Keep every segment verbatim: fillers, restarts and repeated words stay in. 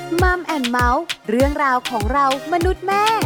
มัมแอนด์เมาส์เรื่องราวของเรามนุษย์แม่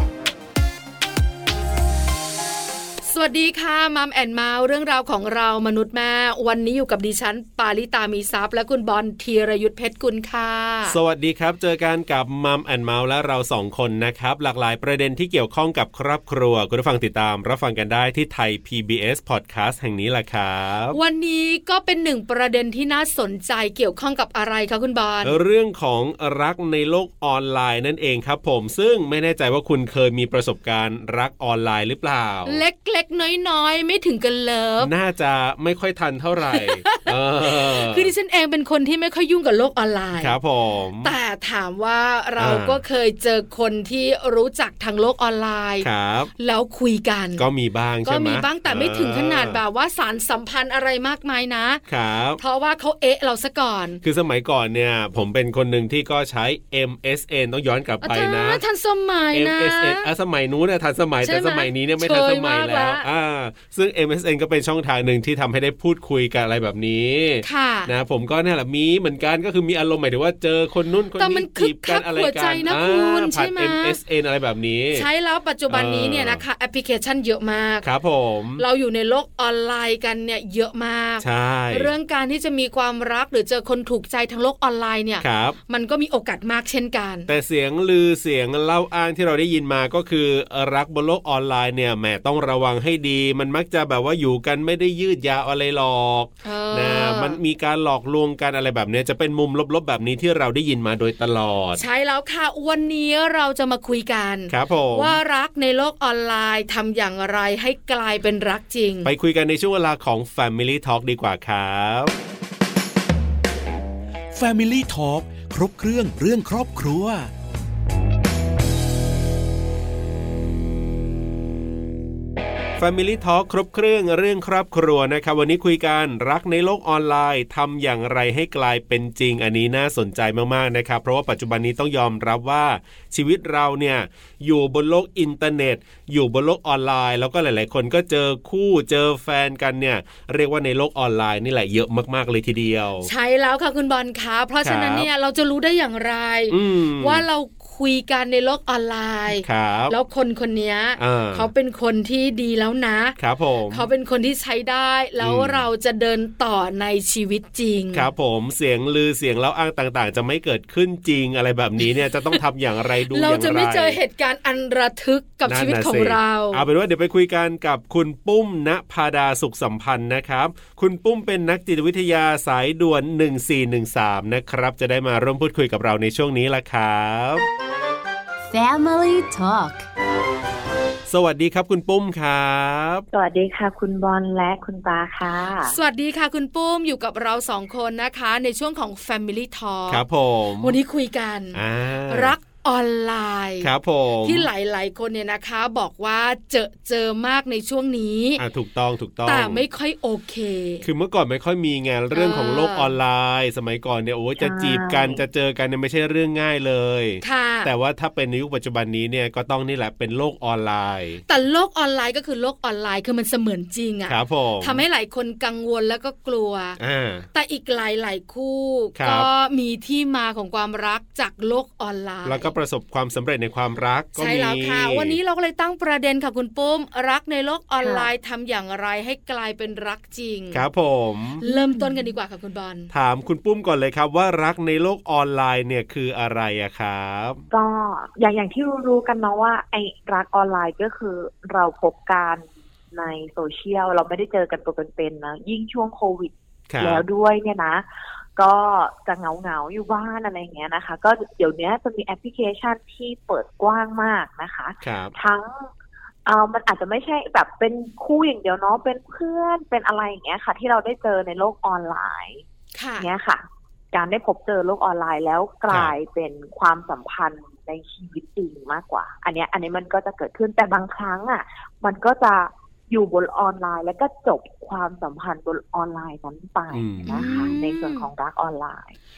สวัสดีค่ะมัมแอนด์เมาส์เรื่องราวของเรามนุษย์แม่วันนี้อยู่กับดิฉันปาริตามีทรัพย์และคุณบอลธีรยุทธเพชรกุลค่ะสวัสดีครับเจอกันกับมัมแอนด์เมาส์และเราสองคนนะครับหลากหลายประเด็นที่เกี่ยวข้องกับครอบครัวคุณผู้ฟังติดตามรับฟังกันได้ที่ไทย พี บี เอส Podcast แห่งนี้แหละครับวันนี้ก็เป็นหนึ่งประเด็นที่น่าสนใจเกี่ยวข้องกับอะไรคะคุณบอลเรื่องของรักในโลกออนไลน์นั่นเองครับผมซึ่งไม่แน่ใจว่าคุณเคยมีประสบการณ์รักออนไลน์หรือเปล่าเล็กๆน้อยๆไม่ถึงกันเลิฟน่าจะไม่ค่อยทันเท่าไหร่ เออคือดิฉันเองเป็นคนที่ไม่ค่อยยุ่งกับโลกออนไลน์ครับผมแต่ถามว่าเราก็เคยเจอคนที่รู้จักทางโลกออนไลน์ครับแล้วคุยกันก็มีบ้างใช่ไหมก็มีบ้างแต่ไม่ถึงขนาดแบบว่าสารสัมพันธ์อะไรมากมายนะครับเพราะว่าเขาเอ๊ะเราซะก่อนคือสมัยก่อนเนี่ยผมเป็นคนหนึ่งที่ก็ใช้ เอ็ม เอส เอ็น ต้องย้อนกลับไปนะทันสมัยนะเอ็ม เอส เอ็น อ่ะสมัยนู้นเนี่ยทันสมัยแต่สมัยนี้เนี่ยไม่ทันสมัยแล้วอ่าซึ่ง เอ็ม เอส เอ็น ก็เป็นช่องทางหนึ่งที่ทำให้ได้พูดคุยกันอะไรแบบนี้นะผมก็เนี่ยแหละมีเหมือนกันก็คือมีอารมณ์หมายถึงว่าเจอคนนู้นคนนี้จีบกันอะไรกันนะคุณใช่ไหม เอ็ม เอส เอ็น อะไรแบบนี้ใช้แล้วปัจจุบันนี้เนี่ยนะคะแอปพลิเคชันเยอะมากครับผมเราอยู่ในโลกออนไลน์กันเนี่ยเยอะมากใช่เรื่องการที่จะมีความรักหรือเจอคนถูกใจทางโลกออนไลน์เนี่ยมันก็มีโอกาสมากเช่นกันแต่เสียงลือเสียงเล่าอ้างที่เราได้ยินมาก็คือรักบนโลกออนไลน์เนี่ยแหมต้องระวังให้ดีมันมักจะแบบว่าอยู่กันไม่ได้ยืดยาวอะไรหรอกนะมันมีการหลอกลวงกันอะไรแบบนี้จะเป็นมุมลบๆแบบนี้ที่เราได้ยินมาโดยตลอดใช่แล้วค่ะวันนี้เราจะมาคุยกันครับผมว่ารักในโลกออนไลน์ทำอย่างไรให้กลายเป็นรักจริงไปคุยกันในช่วงเวลาของ Family Talk ดีกว่าครับ Family Talk ครบเครื่องเรื่องครอบครัว Family Talk ครบเครื่องเรื่องครอบครัวนะครับวันนี้คุยกันรักในโลกออนไลน์ทำอย่างไรให้กลายเป็นจริงอันนี้น่าสนใจมากๆนะครับเพราะว่าปัจจุบันนี้ต้องยอมรับว่าชีวิตเราเนี่ยอยู่บนโลกอินเทอร์เน็ตอยู่บนโลกออนไลน์แล้วก็หลายๆคนก็เจอคู่เจอแฟนกันเนี่ยเรียกว่าในโลกออนไลน์นี่แหละเยอะมากๆเลยทีเดียวใช่แล้วค่ะคุณบอลคะเพราะฉะนั้นเนี่ยเราจะรู้ได้อย่างไรว่าเราคุยกันในโลกออนไลน์แล้วคนคนนี้เขาเป็นคนที่ดีแล้วนะครับผมเขาเป็นคนที่ใช้ได้แล้วเราจะเดินต่อในชีวิตจริงครับผมเสียงลือเสียงเล่าอ้างต่างๆจะไม่เกิดขึ้นจริงอะไรแบบนี้เนี่ยจะต้องทำอย่างไรดูอย่างไรเราจะไม่เจอเหตุการณ์อันระทึกกับชีวิตของเราเอาเป็นว่าเดี๋ยวไปคุยกันกับคุณปุ้มณภาดาสุขสัมพันธ์นะครับคุณปุ้มเป็นนักจิตวิทยาสายด่วนหนึ่งสี่หนึ่งสามนะครับจะได้มาร่วมพูดคุยกับเราในช่วงนี้ละครับ Family Talk สวัสดีครับคุณปุ้มครับสวัสดีค่ะคุณบอลและคุณปาค่ะสวัสดีค่ะคุณปุ้มอยู่กับเราสองคนนะคะในช่วงของ Family Talk ครับผมวันนี้คุยกันรักออนไลน์ครับผมที่หลายๆคนเนี่ยนะคะบอกว่าเจอเจอมากในช่วงนี้อ่ะถูกต้องถูกต้องแต่ไม่ค่อยโอเคคือเมื่อก่อนไม่ค่อยมีไงเรื่องของโลกออนไลน์สมัยก่อนเนี่ยโอ้จะจีบกันจะเจอกันเนี่ยไม่ใช่เรื่องง่ายเลยแต่ว่าถ้าเป็นในยุคปัจจุบันนี้เนี่ยก็ต้องนี่แหละเป็นโลกออนไลน์แต่โลกออนไลน์ก็คือโลกออนไลน์คือมันเสมือนจริงอ่ะครับผมทำให้หลายคนกังวลแล้วก็กลัวแต่อีกหลายๆคู่ก็มีที่มาของความรักจากโลกออนไลน์แล้วก็ประสบความสำเร็จในความรักก็มีใช่แล้วค่ะวันนี้เราก็เลยตั้งประเด็นค่ะคุณปุ้มรักในโลกออนไลน์ทำอย่างไรให้กลายเป็นรักจริงครับผมเริ่มต้นกันดีกว่าค่ะคุณบอลถามคุณปุ้มก่อนเลยครับว่ารักในโลกออนไลน์เนี่ยคืออะไรอะครับก็อย่างอย่างที่รู้กันเนาะว่าไอ้รักออนไลน์ก็คือเราพบกันในโซเชียลเราไม่ได้เจอกันตัวเป็นๆนะยิ่งช่วงโควิดแล้วด้วยเนี่ยนะก็จะเหงาเหงาอยู่บ้านอะไรอย่างเงี้ยนะคะก็เดี๋ยวนี้จะมีแอปพลิเคชันที่เปิดกว้างมากนะคะทั้งเอ่อมันอาจจะไม่ใช่แบบเป็นคู่อย่างเดียวเนาะเป็นเพื่อนเป็นอะไรอย่างเงี้ยค่ะที่เราได้เจอในโลกออนไลน์เนี้ยค่ะการได้พบเจอโลกออนไลน์แล้วกลายเป็นความสัมพันธ์ในชีวิตจริงมากกว่าอันเนี้ยอันนี้มันก็จะเกิดขึ้นแต่บางครั้งอ่ะมันก็จะอยู่บนออนไลน์แล้วก็จบความสัมพันธ์บนออนไลน์นั้นไปนะคะในส่วนของรักออนไลน์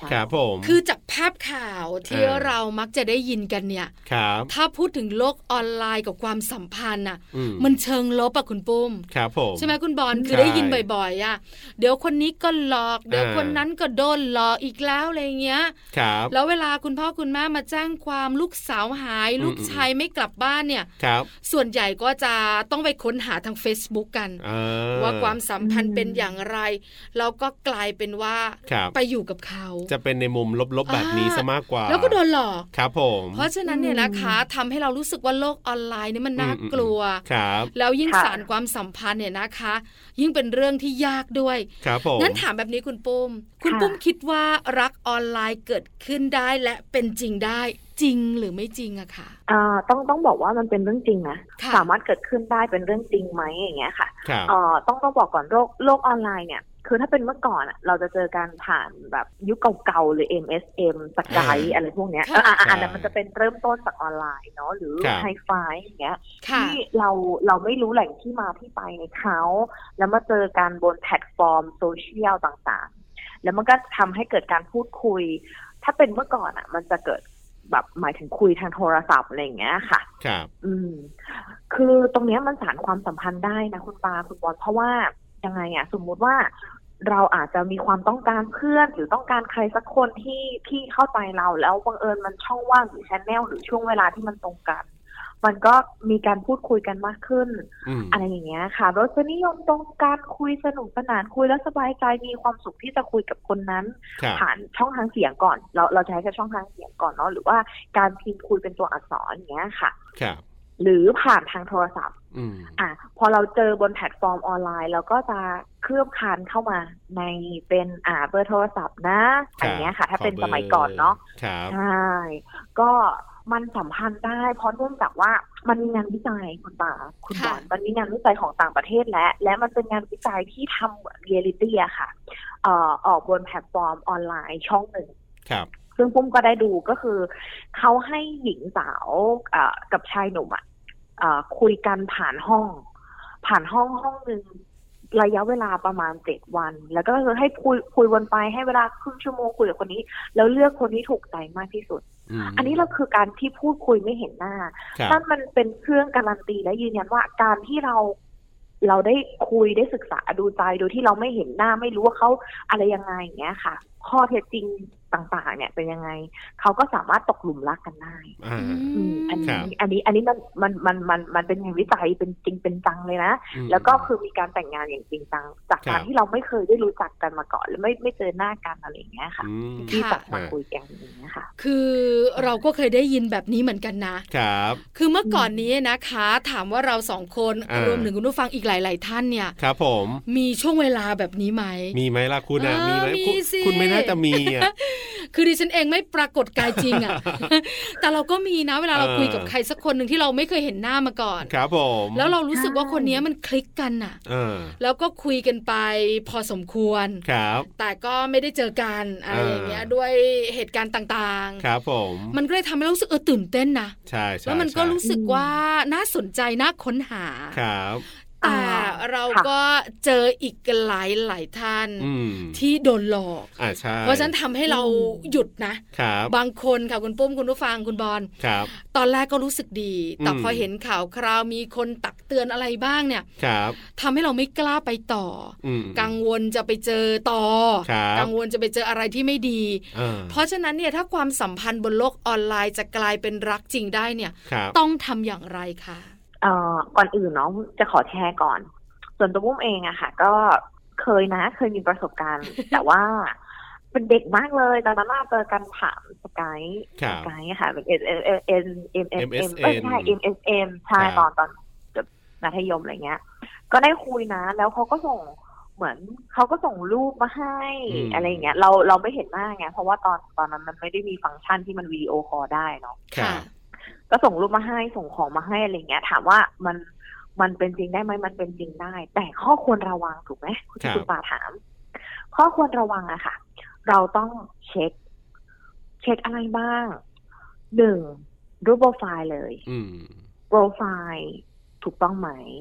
ครับผมคือจากภาพข่าวที่เรามักจะได้ยินกันเนี่ยถ้าพูดถึงโลกออนไลน์กับความสัมพันธ์อ่ะมันเชิงลบอ่ะคุณปุ้มครับผมใช่ไหมคุณบอลคือได้ยินบ่อยๆอ่ะเดี๋ยวคนนี้ก็หลอกเดี๋ยวคนนั้นก็โดนหลอกอีกแล้วอะไรเงี้ยแล้วเวลาคุณพ่อคุณแม่มาแจ้งความลูกสาวหายลูกชายไม่กลับบ้านเนี่ยส่วนใหญ่ก็จะต้องไปค้นหาทาง Facebook กันว่าความสัมพันธ์เป็นอย่างไรแล้วก็กลายเป็นว่าไปอยู่กับเขาจะเป็นในมุมลบๆแบบนี้ซะมากกว่าแล้วก็โดนหลอกครับผมเพราะฉะนั้นเนี่ยนะคะทำให้เรารู้สึกว่าโลกออนไลน์นี่มันน่ากลัวแล้วยิ่งสานความสัมพันธ์เนี่ยนะคะยิ่งเป็นเรื่องที่ยากด้วยงั้นถามแบบนี้คุณปุ้มคุณปุ้มคิดว่ารักออนไลน์เกิดขึ้นได้และเป็นจริงได้จริงหรือไม่จริงอะค่ะอ่าต้องต้องบอกว่ามันเป็นเรื่องจริงนะสามารถเกิดขึ้นได้เป็นเรื่องจริงไหมอย่างเงี้ยค่ะอ่าต้องต้องบอกก่อนโลกโลกออนไลน์เนี่ยคือถ้าเป็นเมื่อก่อนอ่ะเราจะเจอการผ่านแบบยุคเก่าๆหรือ เอ็ม เอส เอ็ม Skype อะไรพวกเนี้ยอ่าอันนั้นมันจะเป็นเริ่มต้นจากออนไลน์เนาะหรือไฮไฟอย่างเงี้ยที่เราเราไม่รู้แหล่งที่มาที่ไปในเขาแล้วมาเจอกันบนแพลตฟอร์มโซเชียลต่างๆแล้วมันก็ทำให้เกิดการพูดคุยถ้าเป็นเมื่อก่อนอ่ะมันจะเกิดแบบหมายถึงคุยทางโทรศัพท์อะไรอย่างเงี้ยค่ะครับอืมคือตรงเนี้ยมันสานความสัมพันธ์ได้นะคุณปาคุณบอลเพราะว่ายังไงอ่ะสมมุติว่าเราอาจจะมีความต้องการเพื่อนหรือต้องการใครสักคนที่ที่เข้าใจเราแล้วบังเอิญมันช่องว่างหรือแชนแนลหรือช่วงเวลาที่มันตรงกันมันก็มีการพูดคุยกันมากขึ้น อ, อะไรอย่างเงี้ยค่ะรสนิยมตรงกันคุยสนุกสนานคุยแล้วสบายใจมีความสุขที่จะคุยกับคนนั้นผ่านช่องทางเสียงก่อนเราเราใช้แค่ช่องทางเสียงก่อนเนาะหรือว่าการพิมพ์คุยเป็นตัวอักษรอย่างเงี้ยค่ะหรือผ่านทางโทรศัพท์อ่ะพอเราเจอบนแพลตฟอร์มออนไลน์เราก็จะเคลือบคานเข้ามาในเป็นอ่าเบอร์โทรศัพท์นะอย่างเงี้ยค่ะถ้าเป็นสมัยก่อนเนาะใช่ก็มันสัมพันธ์ได้เพราะเนื่องจากว่ามันมีงานวิจัยคุณป่าคุณบอลมันมีงานวิจัยของต่างประเทศและและมันเป็นงานวิจัยที่ทำเรียลิตี้อะค่ะเอ่อออกบนแพลตฟอร์มออนไลน์ช่องหนึ่งครับซึ่งปุ้มก็ได้ดูก็คือเขาให้หญิงสาวเอ่อกับชายหนุ่มอะเอ่อคุยกันผ่านห้องผ่านห้องห้องนึงระยะเวลาประมาณเจ็ดวันแล้วก็คือให้คุยคุยวนไปให้เวลาครึ่งชั่วโมงคุยกับคนนี้แล้วเลือกคนที่ถูกใจมากที่สุดอันนี้เราคือการที่พูดคุยไม่เห็นหน้านั่นมันเป็นเครื่องการันตีและยืนยันว่าการที่เราเราได้คุยได้ศึกษาดูใจโดยที่เราไม่เห็นหน้าไม่รู้ว่าเขาอะไรยังไงอย่างเงี้ยค่ะข้อเท็จจริงต่างๆเนี่ยเป็นยังไงเขาก็สามารถตกหลุมรักกันได้อันนี้อันนี้อันนี้มันมันมันมันมันเป็นงานวิจัยเป็นจริงเป็นจังเลยนะแล้วก็คือมีการแต่งงานอย่างจริงจังจากการที่เราไม่เคยได้รู้จักกันมาก่อนหรือไม่ไม่เจอหน้ากันอะไรอย่างเงี้ยค่ะที่จับมาคุยกันอย่างเงี้ยค่ะคือเราก็เคยได้ยินแบบนี้เหมือนกันนะครับคือเมื่อก่อนนี้นะคะถามว่าเราสองคนรวมถึงคุณผู้ฟังอีกหลายๆท่านเนี่ยครับผมมีช่วงเวลาแบบนี้ไหมมีไหมล่ะคุณอ่ะมีไหมคุณไม่น่าจะมีอ่ะคือดิฉันเองไม่ปรากฏกายจริงอ่ะ แต่เราก็มีนะเวลาเราคุยกับใครสักคนหนึ่งที่เราไม่เคยเห็นหน้ามาก่อนครับผมแล้วเรารู้สึกว่าคนนี้มันคลิกกันอ่ะแล้วก็คุยกันไปพอสมควรครับแต่ก็ไม่ได้เจอกันอะไรอย่างเงี้ยด้วยเหตุการณ์ต่างๆครับผมมันก็เลยทำให้เรารู้สึกเออตื่นเต้นนะใช่แล้วมันก็รู้สึกว่าน่าสนใจน่าค้นหาครับแต่เราก็เจออีกหลายหลายท่านที่โดนหลอกเพราะฉะนั้นทำให้เราหยุดนะบางคนค่ะคุณปุ้มคุณผู้ฟังคุณบอลตอนแรกก็รู้สึกดีแต่พอเห็นข่าวคราวมีคนตักเตือนอะไรบ้างเนี่ยทำให้เราไม่กล้าไปต่อกังวลจะไปเจอต่อกังวลจะไปเจออะไรที่ไม่ดีเพราะฉะนั้นเนี่ยถ้าความสัมพันธ์บนโลกออนไลน์จะกลายเป็นรักจริงได้เนี่ยต้องทำอย่างไรคะเอ่อก่อนอื่นเนาะจะขอแชร์ก่อนส่วนตัวปุ้มเองอะค่ะก็เคยนะเคยมีประสบการณ์ แต่ว่าเป็นเด็กมากเลยตอนนั้นเจอกันผ่านสกายสกายค่ะเป็น N N M S M เออใช่ M S M ใช่ตอนตอนมัธยมอะไรเงี้ยก็ได้คุยนะแล้วเขาก็ส่งเหมือนเขาก็ส่งรูปมาให้อะไรเงี้ยเราเราไม่เห็นหน้าไงเพราะว่าตอนตอนนั้นมันไม่ได้มีฟังก์ชันที่มันวิดีโอคอลได้เนาะก็ส่งรูปมาให้ส่งของมาให้อะไรเงี้ยถามว่ามันมันเป็นจริงได้ไหมมันเป็นจริงได้แต่ข้อควรระวังถูกไหมที่คุณป่าถามข้อควรระวังอะค่ะเราต้องเช็คเช็คอะไรบ้างหนึ่งรูปโปรไฟล์เลยโปรไฟล์ถูกต้องไหม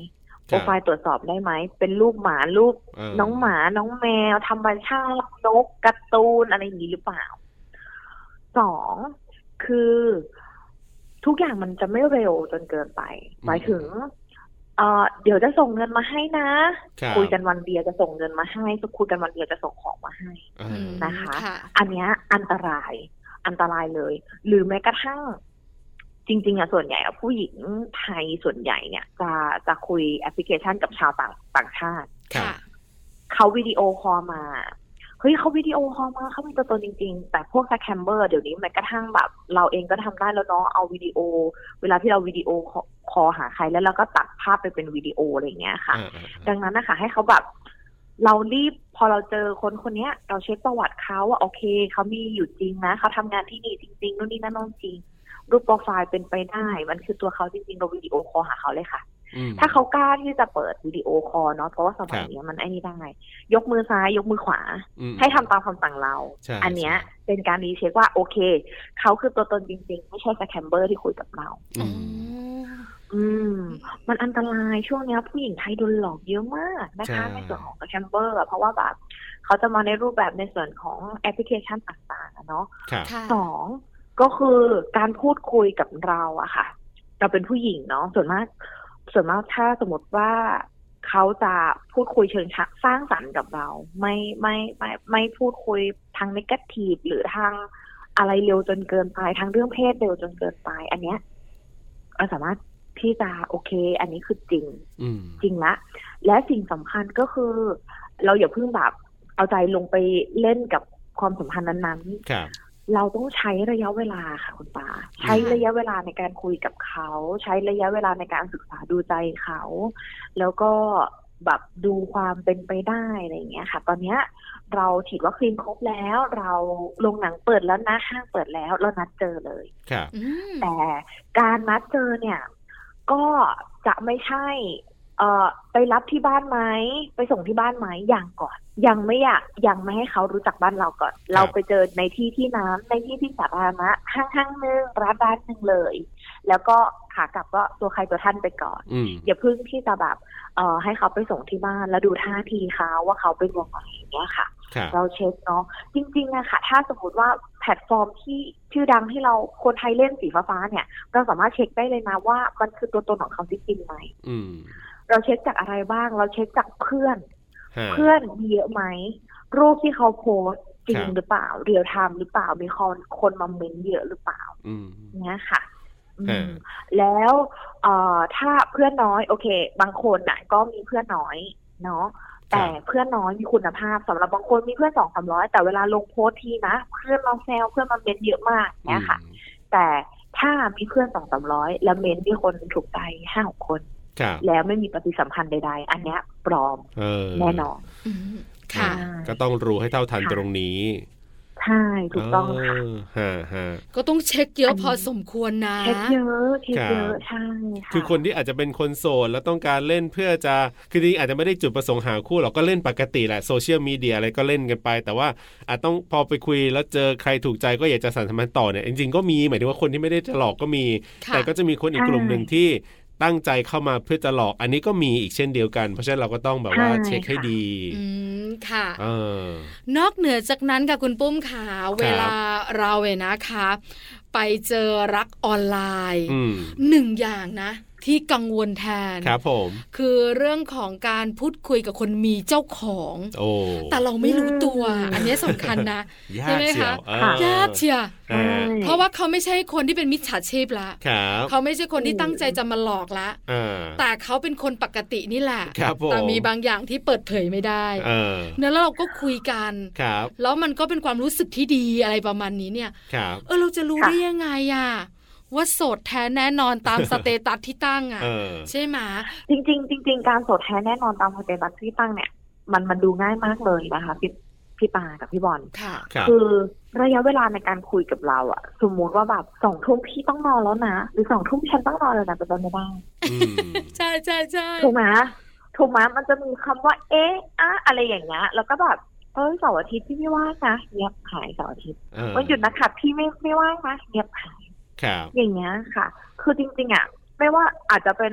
โปรไฟล์ตรวจสอบได้ไหมเป็นรูปหมารูปน้องหมาน้องแมวธรรมชาตินกการ์ตูนอะไรอย่างนี้หรือเปล่าสองคือทุกอย่างมันจะไม่เร็วจนเกินไปหมายถึงเอ่อเดี๋ยวจะส่งเงินมาให้นะคุยกันวันเดียวจะส่งเงินมาให้คุยกันวันเดียวจะส่งของมาให้นะคะอันเนี้ยอันตรายอันตรายเลยหรือแม้กระทั่งจริงๆอะส่วนใหญ่ผู้หญิงไทยส่วนใหญ่เนี่ยจะจะคุยแอปพลิเคชันกับชาวต่างต่างชาติเขาวิดีโอคอลมาเฮ้ยเขาวิดีโอคอลมาเขาเป็นตัวตนจริงๆแต่พวกสแคมเบอร์เดี๋ยวนี้แม้กระทั่งแบบเราเองก็ทำได้แล้วเนาะเอาวิดีโอเวลาที่เราวิดีโอคอลหาใครแล้วเราก็ตัดภาพไปเป็นวิดีโออะไรอย่างเงี้ยค่ะดังนั้นนะคะให้เขาแบบเรารีบพอเราเจอคนคนนี้เราเช็คประวัติเขาว่าโอเคเขามีอยู่จริงนะเขาทำงานที่นี่จริงๆนู่นนี่นั่นจริงรูปโปรไฟล์เป็นไปได้มันคือตัวเขาจริงๆเราวิดีโอคอลหาเขาเลยค่ะถ้าเขากล้าที่จะเปิดวิดีโอคอลเนาะเพราะว่าสมัยนี้มันไอ้นี่ได้ยกมือซ้ายยกมือขวาให้ทำตามคำสั่งเราอันเนี้ยเป็นการรีเช็คว่าโอเคเขาคือตัวตนจริงๆไม่ใช่สแคมเบอร์ที่คุยกับเราอืมมันอันตรายช่วงนี้ผู้หญิงไทยโดนหลอกเยอะมากนะคะในส่วนของสแคมเบอร์เพราะว่าแบบเขาจะมาในรูปแบบในส่วนของแอปพลิเคชันต่างๆเนาะสองก็คือการพูดคุยกับเราอะค่ะเราเป็นผู้หญิงเนาะส่วนมากส่วนมากถ้าสมมติว่าเขาจะพูดคุยเชิงสร้างสรรค์กับเราไม่ไม่ไม่ไม่พูดคุยทางเนกาทีฟหรือทางอะไรเร็วจนเกินไปทางเรื่องเพศเร็วจนเกินไปอันเนี้ยเราสามารถที่จะโอเคอันนี้คือจริงจริงละและสิ่งสำคัญก็คือเราอย่าเพิ่งแบบเอาใจลงไปเล่นกับความสัมพันธ์นั้นๆเราต้องใช้ระยะเวลาค่ะคุณปาใช้ระยะเวลาในการคุยกับเขาใช้ระยะเวลาในการศึกษาดูใจเขาแล้วก็แบบดูความเป็นไปได้อะไรอย่างเงี้ยค่ะตอนเนี้ยเราฉีดวัคซีนครบแล้วเราโรงหนังเปิดแล้วนะห้างเปิดแล้วเรานัดเจอเลยแต่การนัดเจอเนี่ยก็จะไม่ใช่เอ่อไปรับที่บ้านไหมไปส่งที่บ้านไหมยังก่อนยังไม่อยากยังไม่ให้เขารู้จักบ้านเราก่อนเราไปเจอในที่ที่น้ำในที่ที่สาธารณะห้างห้างนึงร้านร้านนึงเลยแล้วก็ขากลับก็ตัวใครตัวท่านไปก่อนอย่าเพิ่งที่จะแบบเอ่อให้เขาไปส่งที่บ้านแล้วดูท่าทีเขาว่าเขาเป็นยังไงอย่างเงี้ยค่ะเราเช็คเนาะจริงๆอะค่ะถ้าสมมติว่าแพลตฟอร์มที่ชื่อดังที่เราคนไทยเล่นสีฟ้าๆเนี่ยเราสามารถเช็คได้เลยนะว่ามันคือตัวตนของเขาจริงไหมเราเช็คจากอะไรบ้างเราเช็คจากเพื่อนเพื่อนมีเยอะไหมรูปที่เขาโพสจริงหรือเปล่าเรียลไทม์หรือเปล่ามีคนคนมาเมนเยอะหรือเปล่าเนี้ยค่ะแล้วเอ่อถ้าเพื่อนน้อยโอเคบางคนน่ะก็มีเพื่อนน้อยเนาะแต่เพื่อนน้อยมีคุณภาพสำหรับบางคนมีเพื่อนสองสามร้อยแต่เวลาลงโพสทีนะเพื่อนมาแซวเพื่อนมาเมนเยอะมากเนี้ยค่ะแต่ถ้ามีเพื่อนสองสามร้อยแล้วเมนมีคนถูกใจห้าหกคนแล้วไม่มีปฏิสัมพันธ์ใดๆอันเนี้ยปลอมแน่นอนค่ะก็ต้องรู้ให้เท่าทันตรงนี้ใช่ถูกต้องค่ะก็ต้องเช็คเยอะพอสมควรนะเช็คเยอะเช็คเยอะใช่ค่ะคือคนที่อาจจะเป็นคนโสดแล้วต้องการเล่นเพื่อจะคือจริงอาจจะไม่ได้จุดประสงค์หาคู่หรอกก็เล่นปกติแหละโซเชียลมีเดียอะไรก็เล่นกันไปแต่ว่าอาจต้องพอไปคุยแล้วเจอใครถูกใจก็อยากจะสานสัมพันธ์ต่อเนี่ยจริงๆก็มีหมายถึงว่าคนที่ไม่ได้จะหลอกก็มีแต่ก็จะมีคนอีกกลุ่มนึงที่ตั้งใจเข้ามาเพื่อจะหลอกอันนี้ก็มีอีกเช่นเดียวกันเพราะฉะนั้นเราก็ต้องแบบว่าเช็คให้ดีอืมค่ะเออนอกเหนือจากนั้นค่ะคุณปุ้มขาเวลาเราเวนะคะไปเจอรักออนไลน์หนึ่งอย่างนะที่กังวลแทนครับผมคือเรื่องของการพูดคุยกับคนมีเจ้าของโอ้แต่เราไม่รู้ตัวอันนี้สำคัญนะใช่ไหมคะยากเชียเพราะว่าเขาไม่ใช่คนที่เป็นมิจฉาชีพละเขาไม่ใช่คนที่ตั้งใจจะมาหลอกละแต่เขาเป็นคนปกตินี่แหละแต่มีบางอย่างที่เปิดเผยไม่ได้เนื้อแล้วเราก็คุยกันแล้วมันก็เป็นความรู้สึกที่ดีอะไรประมาณนี้เนี่ยเออเราจะรู้ได้ยังไงอ่ะว่าโสดแท้แน่นอนตามสเตตัสที่ตั้งอ่ะใช่ไหมจริงๆจริงๆการโสดแท้แน่นอนตามสเตตัสที่ตั้งเนี่ยมันมันดูง่ายมากเลยนะคะพี่พี่ปากับพี่บอลคือระยะเวลาในการคุยกับเราอ่ะสมมติว่าแบบสองทุ่มพี่ต้องนอนแล้วนะหรือสองทุ่มฉันต้องนอนแล้วนะเป็นต้นไม่ได้ใช่ใช่ใช่ถูกไหมถูกไหมมันจะมีคำว่าเอ๊ะอะอะไรอย่างเงี้ยแล้วก็แบบเออเสาร์อาทิตย์พี่ไม่ว่างนะเงียบหายเสาร์อาทิตย์วันหยุดนะคะพี่ไม่ไม่ว่างนะเงียบหายอย่างเงี้ยค่ะคือจริงๆอ่ะไม่ว่าอาจจะเป็นแบบ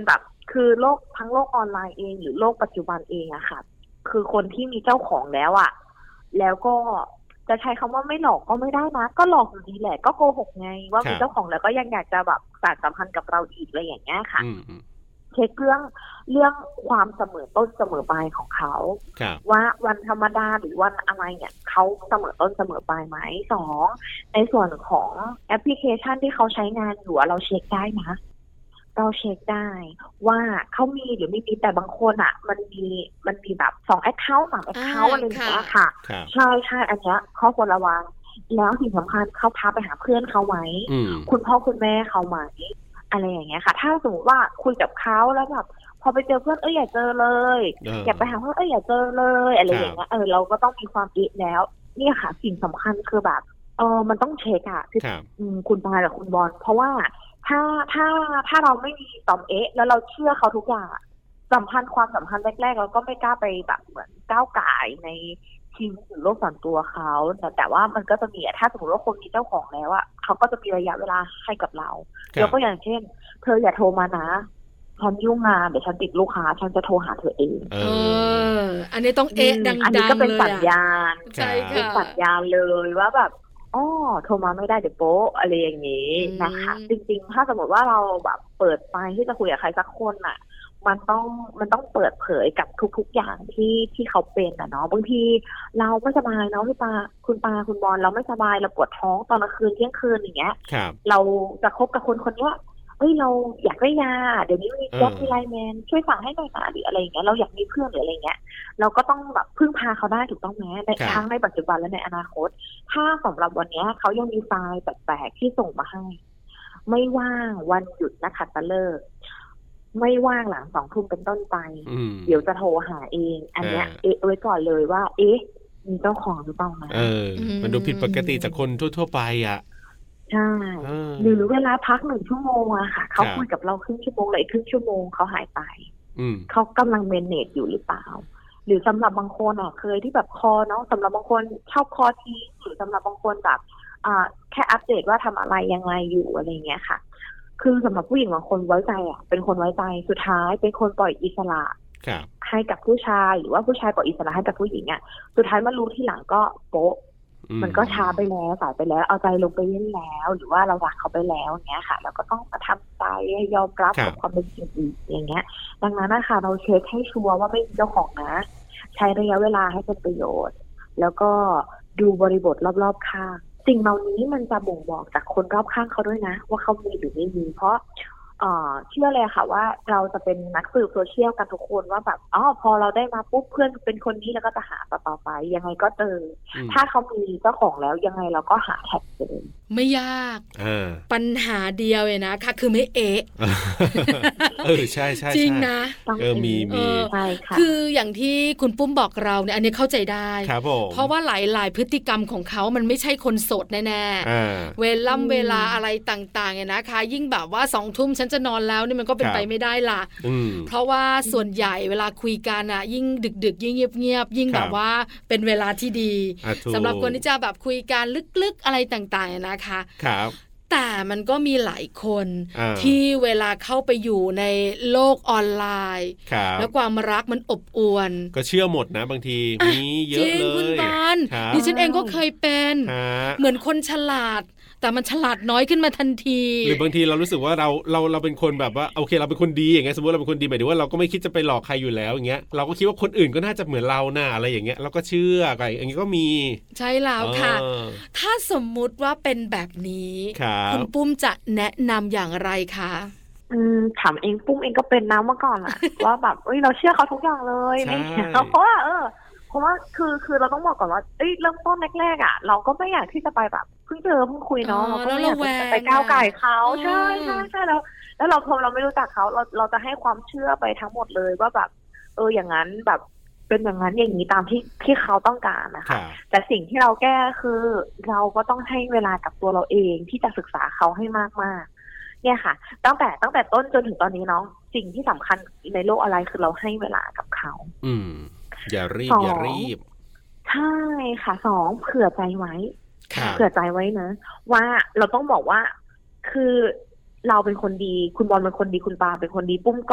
คือโลกทั้งโลกออนไลน์เองหรือโลกปัจจุบันเองอะค่ะคือคนที่มีเจ้าของแล้วอะแล้วก็จะใช้คำว่าไม่หลอกก็ไม่ได้นะก็หลอกอยู่ดีแหละก็โกหกไงว่ามีเจ้าของแล้วก็ยังอยากจะแบบสานสัมพันธ์กับเราอีกอะไรอย่างเงี้ยค่ะเช็คเรื่องเรื่องความเสมอต้นเสมอปลายของเขาว่าวันธรรมดาหรือวันอะไรเนี่ยเขาเสมอต้นเสมอปลายไหมสองในส่วนของแอปพลิเคชันที่เขาใช้งานอยู่เราเช็คได้นะเราเช็คได้ว่าเขามีหรือไม่มีแต่บางคนอ่ะมันมีมันมีแบบสองแอคเคาท์สามแอคเคาท์อะไรอย่างเงี้ยค่ะใช่ใช่อันเนี้ยข้อควรระวังแล้วสิ่งสำคัญเขาพาไปหาเพื่อนเขาไหมคุณพ่อคุณแม่เขาไหมอะไรอย่างเงี้ยค่ะถ้าสมมติว่าคุยกับเขาแล้วแบบพอไปเจอเพื่อนเอ้ยอย่าเจอเลยอย่าไปหาเพื่อนเอ้ยอย่าเจอเลยอะไรอย่างเงี้ยเออเราก็ต้องมีความอิแล้วเนี่ยค่ะสิ่งสำคัญคือแบบเออมันต้องเช็คอะคือคุณปากับคุณบอลเพราะว่าถ้าถ้าถ้าเราไม่มีตอมเอ๊ะแล้วเราเชื่อเขาทุกอย่างสัมพันธ์ความสัมพันธ์แรกๆเราก็ไม่กล้าไปแบบเหมือนก้าวก่ายในชีวิตหรือโลกส่วนตัวเขาแต่แต่ว่ามันก็จะมีถ้าสมมติว่าคนมีเจ้าของแล้วอะเขาก็จะมีระยะเวลาให้กับเราแล้วก็อย่างเช่นเธออย่าโทรมานะฉันยุ่งงานเดี๋ยวฉันติดลูกค้าฉันจะโทรหาเธอเองเอออันนี้ต้องเอ๊ะดังๆเลยอันนี้ก็เป็นสัญญาณใช่ค่ะเป็นสัญญาณเลยว่าแบบอ๋อโทรมาไม่ได้เดี๋ยวโป๊ะอะไรอย่างนี้นะคะจริงๆถ้าสมมติว่าเราแบบเปิดไปที่จะคุยกับใครสักคนอ่ะมันต้องมันต้องเปิดเผยกับทุกๆอย่างที่ที่เขาเป็นอ่ะเนาะบางทีเราไม่สบายเนาะพี่ปาคุณปาคุณบอลเราไม่สบายเราปวดท้องตอนกลางคืนเที่ยงคืนอย่างเงี้ยเราจะคบกับคนคนนี้เอ้ยเราอยากได้ยาเดี๋ยวนี้มีแจ็คมีไลแมนช่วยสั่งให้หน่อยนะหรืออะไรอย่างเงี้ยเราอยากมีเพื่อนหรืออะไรเงี้ยเราก็ต้องแบบพึ่งพาเขาได้ถูกต้องไหมในทั้งในปัจจุบันและในอนาคตถ้าสำหรับวันนี้เขายังมีไฟล์แปลกๆที่ส่งมาให้ไม่ว่างวันหยุดนะคะตะเลิกไม่ว่างหลังสองทุ่มเป็นต้นไปเดี๋ยวจะโทรหาเองอันเนี้ยเอ๊ะไว้ก่อนเลยว่าเอ๊ะมีเจ้าของหรือเปล่านะเออมันดูผิดปกติจากคนทั่วๆไปอ่ะใช่หรือเวลาพักหนึ่งชั่วโมงอะค่ะเขาคุยกับเราครึ่งชั่วโมงเลยครึ่งชั่วโมงเขาหายไปเขากำลังเมนเนจอยู่หรือเปล่าหรือสำหรับบางคนอะเคยที่แบบคอเนาะสำหรับบางคนชอบคอทิ้งหรือสำหรับบางคนแบบอ่าแค่อัปเดตว่าทำอะไรยังไงอยู่อะไรเงี้ยค่ะคือสำหรับผู้หญิงบางคนไว้ใจอะเป็นคนไว้ใจสุดท้ายเป็นคนปล่อยอิสระให้กับผู้ชายหรือว่าผู้ชายปล่อยอิสระให้กับผู้หญิงอะสุดท้ายมารู้ทีหลังก็โป๊ะมันก็ช้าไปแล้วสายไปแล้วเอาใจลงไปเล่นแล้วหรือว่าเรารักเขาไปแล้วอย่างเงี้ยค่ะเราก็ต้องมาทำใจยอมรับกับความเป็นจริงอีกอย่างเงี้ยดังนั้นนะคะเราเช็คให้ชัวร์ว่าไม่มีเจ้าของนะใช้ระยะเวลาให้เป็นประโยชน์แล้วก็ดูบริบทรอบๆข้างสิ่งเหล่านี้มันจะบ่งบอกจากคนรอบข้างเขาด้วยนะว่าเขามีหรือไม่มีเพราะเอ่อเชื่อเลยค่ะว่าเราจะเป็นนักสืบโซเชียลกันทุกคนว่าแบบอ๋อพอเราได้มาปุ๊บเพื่อนเป็นคนนี้แล้วก็จะหาต่อไปยังไงก็เจอถ้าเขามีเจ้าของแล้วยังไงเราก็หาแท็กเจอไม่ยากปัญหาเดียวเลยนะค่ะคือไม่เอะเออใช่ใช่จริงนะเออมีมีใช่ค่ะคืออย่างที่คุณปุ้มบอกเราเนี่ยอันนี้เข้าใจได้ครับผมเพราะว่าหลายๆพฤติกรรมของเขามันไม่ใช่คนโสดแน่ๆเวลาเวลาอะไรต่างๆเนี่ยนะคะยิ่งแบบว่าสองทุ่มฉันจะนอนแล้วนี่มันก็เป็นไปไม่ได้ล่ะเพราะว่าส่วนใหญ่เวลาคุยกันอ่ะยิ่งดึกๆยิ่งเงียบๆยิ่งแบบว่าเป็นเวลาที่ดีสำหรับคนที่จะแบบคุยกันลึกๆอะไรต่างๆนะคะครับแต่มันก็มีหลายคนที่เวลาเข้าไปอยู่ในโลกออนไลน์แล้วความรักมันอบอวลก็เชื่อหมดนะบางทีมีเยอะเลยคุณบอลดิฉันเองก็เคยเป็นเหมือนคนฉลาดแต่มันฉลาดน้อยขึ้นมาทันทีหรือบางทีเรารู้สึกว่าเราเราเราเป็นคนแบบว่าโอเคเราเป็นคนดีอย่างเงี้ยสมมติเราเป็นคนดีหมายถึงว่าเราก็ไม่คิดจะไปหลอกใครอยู่แล้วอย่างเงี้ยเราก็คิดว่าคนอื่นก็น่าจะเหมือนเราหน้าอะไรอย่างเงี้ยเราก็เชื่ออะไรอย่างเงี้ยก็มีใช่แล้วค่ะถ้าสมมุติว่าเป็นแบบนี้คุณปุ้มจะแนะนำอย่างไรคะอืมถามเองปุ้มเองก็เป็นน้ำเมื่อก่อนอะ ว่าแบบเอ้ยเราเชื่อเขาทุกอย่างเลยเนี่ยเพราะว่าเออเพราะว่าคือคือเราต้องบอกก่อนว่าเอ้ยเริ่มต้นแรกๆอ่ะเราก็ไม่อยากที่จะไปแบบเพิ่งเจอเพิ่งคุยเนาะเราก็ไม่อยากจะไปก้าวไก่เขาใช่ใช่ใช่แล้วแล้วเราพอเราไม่รู้จักเขาเราเราจะให้ความเชื่อไปทั้งหมดเลยว่าแบบเอออย่างนั้นแบบเป็นอย่างนั้นอย่างนี้ตามที่ที่เขาต้องการนะคะแต่สิ่งที่เราแก้คือเราก็ต้องให้เวลากับตัวเราเองที่จะศึกษาเขาให้มากๆเนี่ยค่ะตั้งแต่ตั้งแต่ต้นจนถึงตอนนี้เนาะสิ่งที่สำคัญในโลกอะไรคือเราให้เวลากับเขาอืมอย่ารีบอย่ารีบใช่ค่ะสองเผื่อใจไว้เผื่อใจไว้นะว่าเราต้องบอกว่าคือเราเป็นคนดีคุณบอลเป็นคนดีคุณปาเป็นคนดีปุ้มก็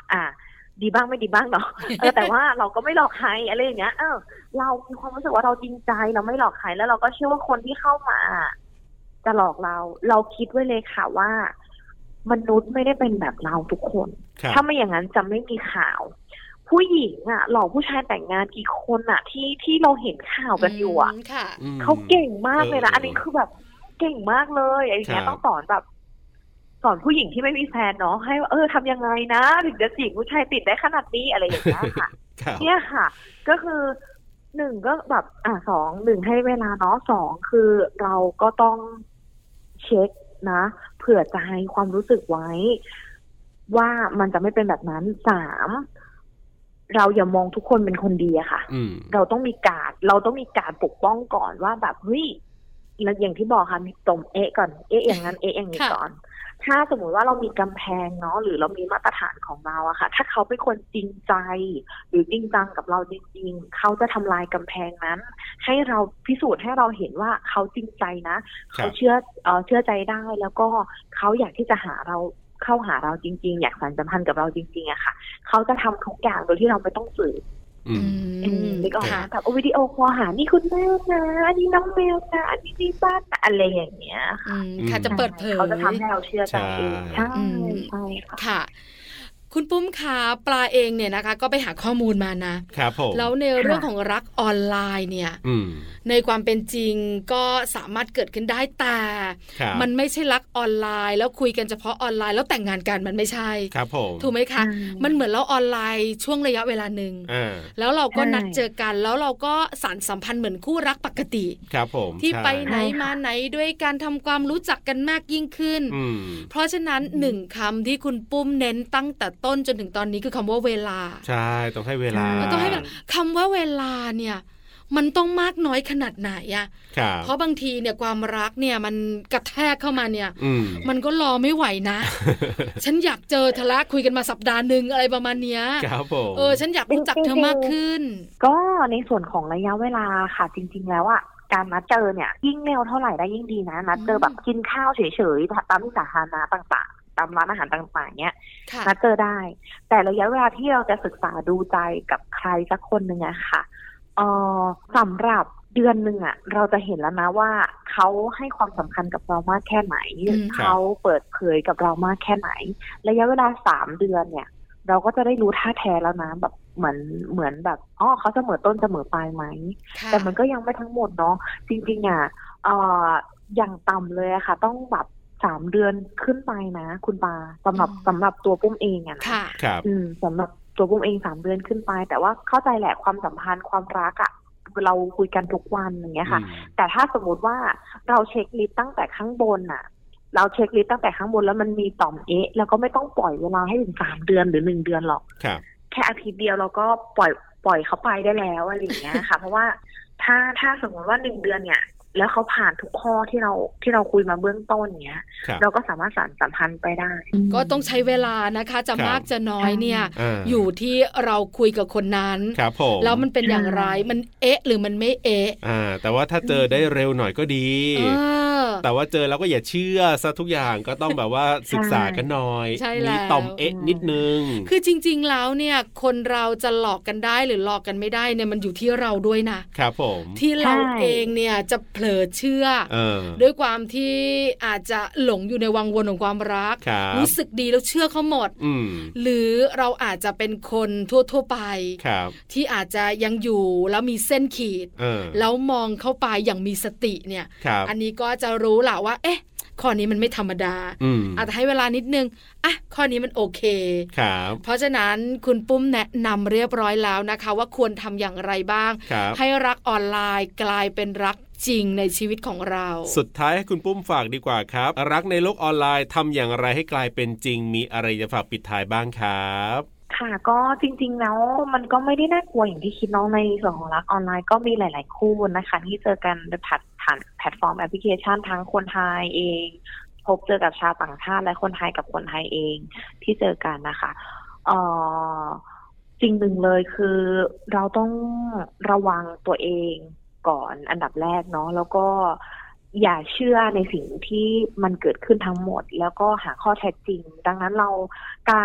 อ่ะดีบ้างไม่ดีบ้างเนาะ เออแต่ว่าเราก็ไม่หลอกใครอะไรอย่างเงี้ยเออเรามีความรู้สึกว่าเราจริงใจเราไม่หลอกใครแล้วเราก็เชื่อว่าคนที่เข้ามาจะหลอกเราเราคิดไว้เลยค่ะว่ามนุษย์ไม่ได้เป็นแบบเราทุกคนถ้าไม่อย่างนั้นจะไม่มีข่าวผู้หญิงอ่ะหลอกผู้ชายแต่งงานกี่คนอ่ะที่ที่เราเห็นข่าวกันอยู่อ่ะเขาเก่งมากเลยนะอันนี้คือแบบเก่งมากเลยอะไรอย่างเงี้ยต้องสอนแบบสอนผู้หญิงที่ไม่มีแฟนเนาะให้เออทำยังไงนะถึงจะจีบผู้ชายติดได้ขนาดนี้อะไรอย่างเงี้ยค่ะเนี่ยค่ะก็คือหนึ่งก็แบบอ่ะสองหนึ่งให้เวลาเนาะสองคือเราก็ต้องเช็คนะเผื่อใจความรู้สึกไว้ว่ามันจะไม่เป็นแบบนั้นสามเราอย่ามองทุกคนเป็นคนดีอะค่ะเราต้องมีการเราต้องมีการปกป้องก่อนว่าแบบเฮ้ยแล้วอย่างที่บอกค่ะมีตมเอะก่อนเอะอย่างนั้นเอะอย่างนี้ก่อนถ้าสมมุติว่าเรามีกำแพงเนาะหรือเรามีมาตรฐานของเราอะค่ะถ้าเขาเป็นคนจริงใจหรือจริงจังกับเราจริงๆเขาจะทำลายกำแพงนั้นให้เราพิสูจน์ให้เราเห็นว่าเขาจริงใจนะเขาเชื่อเอ่อเชื่อใจได้แล้วก็เขาอยากที่จะหาเราเข้าหาเราจริงๆอยากสานสัมพันธ์กับเราจริงๆอะค่ะเขาจะทำทุกอย่างโดยที่เราไม่ต้องสื่ออืมนี่ก็หาแบบวิดีโอคอลหานี่คุณแม่นะอันนี้น้องเมลนะอันนี้พี่บ้านอะไรอย่างเงี้ยค่ะจะเปิดเผยเขาจะทำให้เราเชื่อใจเองใช่ใช่ค่ะคุณปุ้มคะปลาเองเนี่ยนะคะก็ไปหาข้อมูลมานะครับผมแล้วในเรื่องของรักออนไลน์เนี่ยในความเป็นจริงก็สามารถเกิดขึ้นได้แต่มันไม่ใช่รักออนไลน์แล้วคุยกันเฉพาะออนไลน์แล้วแต่งงานกันมันไม่ใช่ครับผมถูกไหมคะมันเหมือนเราออนไลน์ช่วงระยะเวลานึงแล้วเราก็นัดเจอกันแล้วเราก็สานสัมพันธ์เหมือนคู่รักปกติครับผมที่ไปไหนมาไหนด้วยการทำความรู้จักกันมากยิ่งขึ้นเพราะฉะนั้นหนึ่งคำที่คุณปุ้มเน้นตั้งแต่ต้นจนถึงตอนนี้คือคำว่าเวลาใช่ต้องให้เวลาต้องให้คำว่าเวลาเนี่ยมันต้องมากน้อยขนาดไหนอะเพราะบางทีเนี่ยความรักเนี่ยมันกระแทกเข้ามาเนี่ยมมันก็รอไม่ไหวนะ ฉันอยากเจอทะเลาะคุยกันมาสัปดาห์นึงอะไรประมาณเนี้ยครับผมเออฉันอยากรู้จักเธอมากขึ้นก็ในส่วนของระยะเวลาค่ะจริงๆแล้วอะการนัดเจอเนี่ยยิ่งเร็วเท่าไหร่ได้ยิ่งดีนะนัดเจอแบบกินข้าวเฉยๆตามที่สาธารณะต่างๆตามร้านอาหารต่างๆเนี้ยนัดเจอได้แต่ระยะเวลาที่เราจะศึกษาดูใจกับใครสักคนหนึ่งอะค่ะเอ่อสำหรับเดือนหนึ่งอะเราจะเห็นแล้วนะว่าเขาให้ความสำคัญกับเรามากแค่ไหนเขาเปิดเผยกับเรามากแค่ไหนระยะเวลาสามเดือนเนี่ยเราก็จะได้รู้ท่าแท้แล้วนะแบบเหมือนเหมือนแบบอ๋อเขาเสมอต้นเสมอปลายไหมแต่มันก็ยังไม่ทั้งหมดเนาะจริงๆอะเอ่ออย่างต่ำเลยอะค่ะต้องแบบสามเดือนขึ้นไปนะคุณปาสำหรับสำหรับตัวปุ้มเองอะนะครับอืมสำหรับตัวปุ้มเองสามเดือนขึ้นไปแต่ว่าเข้าใจแหละความสัมพันธ์ความรักอะเราคุยกันทุกวันอย่างเงี้ยค่ะแต่ถ้าสมมติว่าเราเช็คลิสต์ตั้งแต่ข้างบนน่ะเราเช็คลิสต์ตั้งแต่ข้างบนแล้วมันมีต่อมเอ๊ะแล้วก็ไม่ต้องปล่อยเวลาให้ถึงสามเดือนหรือหนึ่งเดือนหรอกแค่อาทิตย์เดียวเราก็ปล่อยปล่อยเขาไปได้แล้วอะไรอย่างเงี้ยค่ะเพราะว่าถ้าถ้าสมมติว่าหนึ่งเดือนเนี่ยแล้วเขาผ่านทุกข้อที่เราที่เราคุยมาเบื้องต้นเนี้ยเราก็สามารถสานสัมพันธ์ไปได้ก็ต้องใช้เวลานะคะจะมากจะน้อยเนี่ยอยู่ที่เราคุยกับคนนั้นแล้วมันเป็นอย่างไรมันเอ๊ะหรือมันไม่เอ๊ะอ่าแต่ว่าถ้าเจอได้เร็วหน่อยก็ดีแต่ว่าเจอแล้วก็อย่าเชื่อซะทุกอย่างก็ต้องแบบว่าศึกษากันหน่อยมีต่อมเอ๊ะนิดนึงคือจริงๆแล้วเนี่ยคนเราจะหลอกกันได้หรือหลอกกันไม่ได้เนี่ยมันอยู่ที่เราด้วยนะครับผมที่เราเองเนี่ยจะเผลอเชื่อด้วยความที่อาจจะหลงอยู่ในวังวนของความรักรรู้สึกดีแล้วเชื่อเขาหมดหรือเราอาจจะเป็นคนทั่วๆไปที่อาจจะยังอยู่แล้วมีเส้นขีดแล้วมองเข้าไปอย่างมีสติเนี่ยอันนี้ก็จะรู้แหละว่าเอ๊ะข้อนี้มันไม่ธรรมดาอาจจะให้เวลานิดนึงอ่ะข้อนี้มันโอเคเพราะฉะนั้นคุณปุ้มแนะนำเรียบร้อยแล้วนะคะว่าควรทำอย่างไรบ้างให้รักออนไลน์กลายเป็นรักจริงในชีวิตของเราสุดท้ายให้คุณปุ้มฝากดีกว่าครับรักในโลกออนไลน์ทำอย่างไรให้กลายเป็นจริงมีอะไรจะฝากปิดท้ายบ้างครับค่ะก็จริงๆแล้วมันก็ไม่ได้น่ากลัวอย่างที่คิดน้องในส่วนของรักออนไลน์ก็มีหลายๆคู่นะคะที่เจอกันผ่านผ่านแพลตฟอร์มแอปพลิเคชันทั้งคนไทยเองพบเจอกับชาวต่างชาติและคนไทยกับคนไทยเองที่เจอกันนะคะเอ่อสิ่งหนึ่งเลยคือเราต้องระวังตัวเองก่อนอันดับแรกเนาะแล้วก็อย่าเชื่อในสิ่งที่มันเกิดขึ้นทั้งหมดแล้วก็หาข้อเท็จจริงดังนั้นเราการ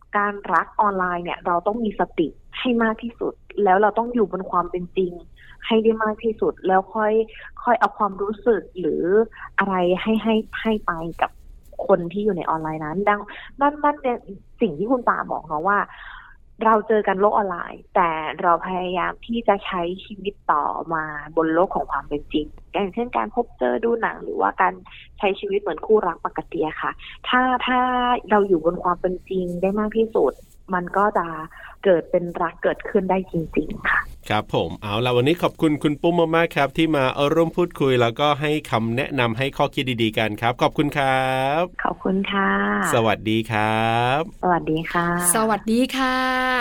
การรักออนไลน์เนี่ยเราต้องมีสติให้มากที่สุดแล้วเราต้องอยู่บนความเป็นจริงให้ได้มากที่สุดแล้วค่อยค่อยเอาความรู้สึกหรืออะไรให้ให้ให้ไปกับคนที่อยู่ในออนไลน์นั้นดังนั่นนั่นเป็นสิ่งที่คุณปาบอกเนาะว่าเราเจอกันโลกออนไลน์แต่เราพยายามที่จะใช้ชีวิตต่อมาบนโลกของความเป็นจริงอย่างเช่นการพบเจอดูหนังหรือว่าการใช้ชีวิตเหมือนคู่รักปกติค่ะถ้าถ้าเราอยู่บนความเป็นจริงได้มากที่สุดมันก็จะเกิดเป็นรักเกิดขึ้นได้จริงๆค่ะครับผมเอาล่ะวันนี้ขอบคุณคุณปุ้มมากๆครับที่มาร่วมพูดคุยแล้วก็ให้คำแนะนำให้ข้อคิดดีๆกันครับขอบคุณครับขอบคุณค่ะสวัสดีครับสวัสดีค่ะสวัสดีค่ะ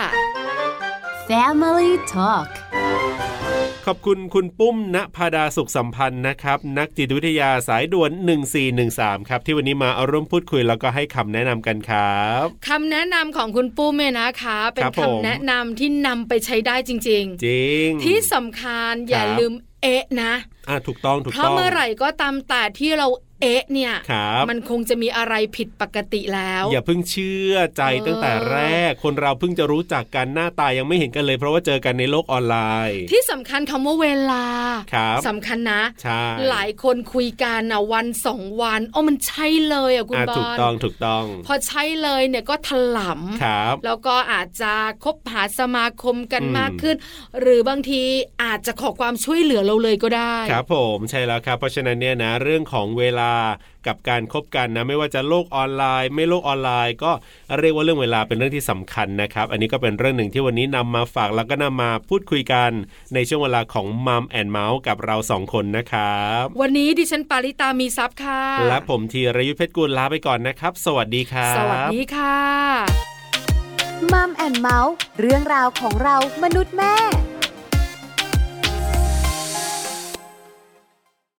Family Talk ขอบคุณคุณปุ้มณภาดาสุขสัมพันธ์นะครับนักจิตวิทยาสายด่วนหนึ่งสี่หนึ่งสามครับที่วันนี้มาเอาร่วมพูดคุยแล้วก็ให้คำแนะนำกันครับคำแนะนำของคุณปุ้มเนี่ยนะคะเป็นคำแนะนำที่นำไปใช้ได้จริงๆจริงที่สำคัญอย่าลืมเอ๊ะนะอ่ะถูกต้องถูกต้องเพราะเมื่อไหร่ก็ตามแต่ที่เราเอ๊ะเนี่ยมันคงจะมีอะไรผิดปกติแล้วอย่าเพิ่งเชื่อใจตั้งแต่แรกคนเราเพิ่งจะรู้จักกันหน้าตายังไม่เห็นกันเลยเพราะว่าเจอกันในโลกออนไลน์ที่สำคัญคำว่าเวลาสำคัญนะใช่หลายคนคุยกันนะวันสองวันอ๋อมันใช่เลยอ่ะคุณบอลถูกต้องถูกต้องพอใช่เลยเนี่ยก็ถลำแล้วก็อาจจะคบหาสมาคมกันมากขึ้นหรือบางทีอาจจะขอความช่วยเหลือเราเลยก็ได้ครับผมใช่แล้วครับเพราะฉะนั้นเนี่ยนะเรื่องของเวลากับการคบกันนะไม่ว่าจะโลกออนไลน์ไม่โลกออนไลน์ก็เรียกว่าเรื่องเวลาเป็นเรื่องที่สำคัญนะครับอันนี้ก็เป็นเรื่องหนึ่งที่วันนี้นำมาฝากแล้วก็นำมาพูดคุยกันในช่วงเวลาของมัมแอนด์เมาส์กับเราสองคนนะครับวันนี้ดิฉันปาริตามีซับค่ะและผมธีรยุทธเพชรกุลลาไปก่อนนะครับสวัสดีครับสวัสดีค่ะมัมแอนด์เมาส์เรื่องราวของเรามนุษย์แม่